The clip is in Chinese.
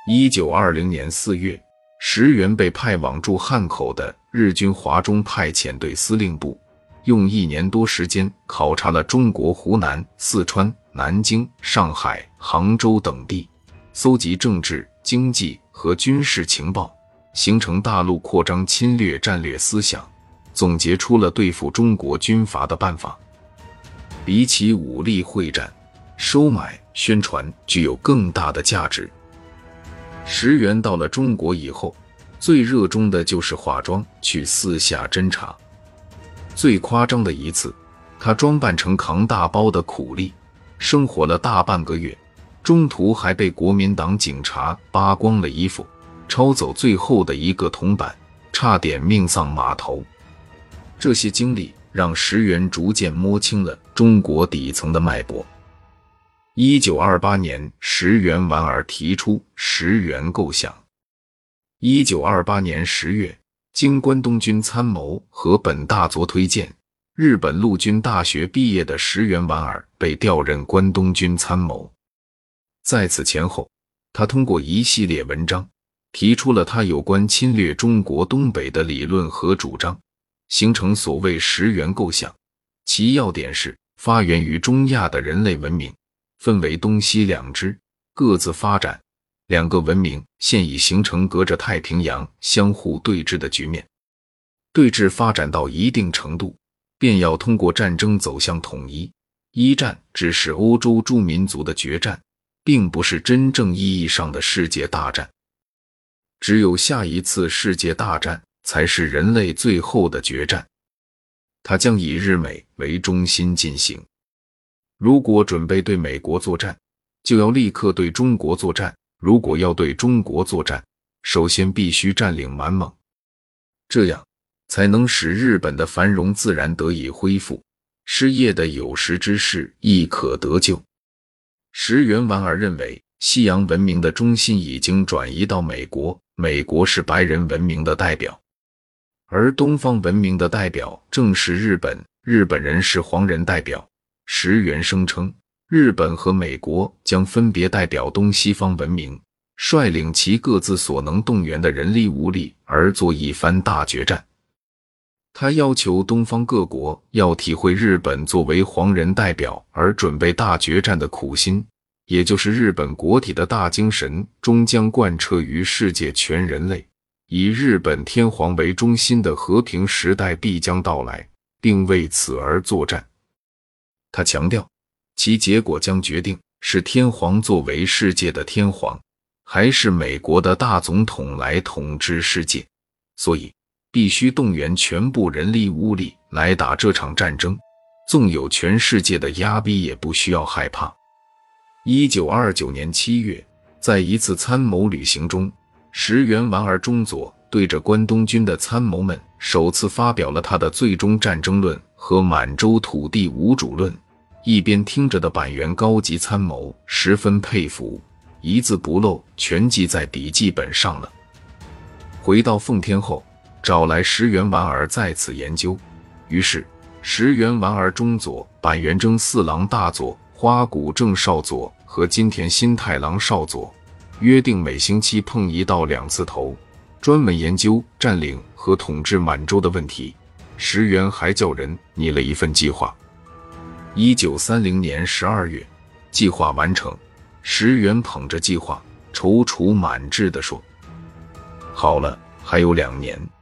1920年4月，石原被派往驻汉口的日军华中派遣队司令部，用1年多时间考察了中国湖南、四川、南京、上海、杭州等地，搜集政治、经济和军事情报，形成大陆扩张侵略战略思想，总结出了对付中国军阀的办法。比起武力会战，收买、宣传具有更大的价值。石原到了中国以后，最热衷的就是化妆去四下侦察。最夸张的一次，他装扮成扛大包的苦力，生活了大半个月，中途还被国民党警察扒光了衣服，抄走最后的一个铜板，差点命丧码头。这些经历让石原逐渐摸清了中国底层的脉搏。1928年，石原莞尔提出石原构想。1928年10月，经关东军参谋和本大佐推荐，日本陆军大学毕业的石原莞尔被调任关东军参谋。在此前后，他通过一系列文章，提出了他有关侵略中国东北的理论和主张，形成所谓石原构想。其要点是发源于中亚的人类文明分为东西两支，各自发展，两个文明现已形成隔着太平洋相互对峙的局面。对峙发展到一定程度，便要通过战争走向统一。一战只是欧洲诸民族的决战，并不是真正意义上的世界大战。只有下一次世界大战才是人类最后的决战。它将以日美为中心进行。如果准备对美国作战，就要立刻对中国作战；如果要对中国作战，首先必须占领满蒙，这样才能使日本的繁荣自然得以恢复，失业的有识之士亦可得救。石原莞尔认为，西洋文明的中心已经转移到美国，美国是白人文明的代表，而东方文明的代表正是日本，日本人是黄人代表。石原声称，日本和美国将分别代表东西方文明，率领其各自所能动员的人力物力而做一番大决战。他要求东方各国要体会日本作为黄人代表而准备大决战的苦心，也就是日本国体的大精神终将贯彻于世界全人类，以日本天皇为中心的和平时代必将到来，并为此而作战。他强调，其结果将决定是天皇作为世界的天皇，还是美国的大总统来统治世界，所以必须动员全部人力物力来打这场战争，纵有全世界的压逼也不需要害怕。1929年7月，在一次参谋旅行中，石原莞尔中佐对着关东军的参谋们首次发表了他的最终战争论和满洲土地无主论。一边听着的板垣高级参谋十分佩服，一字不漏全记在笔记本上了。回到奉天后，找来石原莞尔在此研究，于是石原莞尔中佐、板垣征四郎大佐、花谷正少佐和金田新太郎少佐约定每星期碰1到2次头，专门研究占领和统治满洲的问题。石原还叫人拟了一份计划。1930年12月，计划完成，石原捧着计划踌躇满志地说：“好了，还有2年。”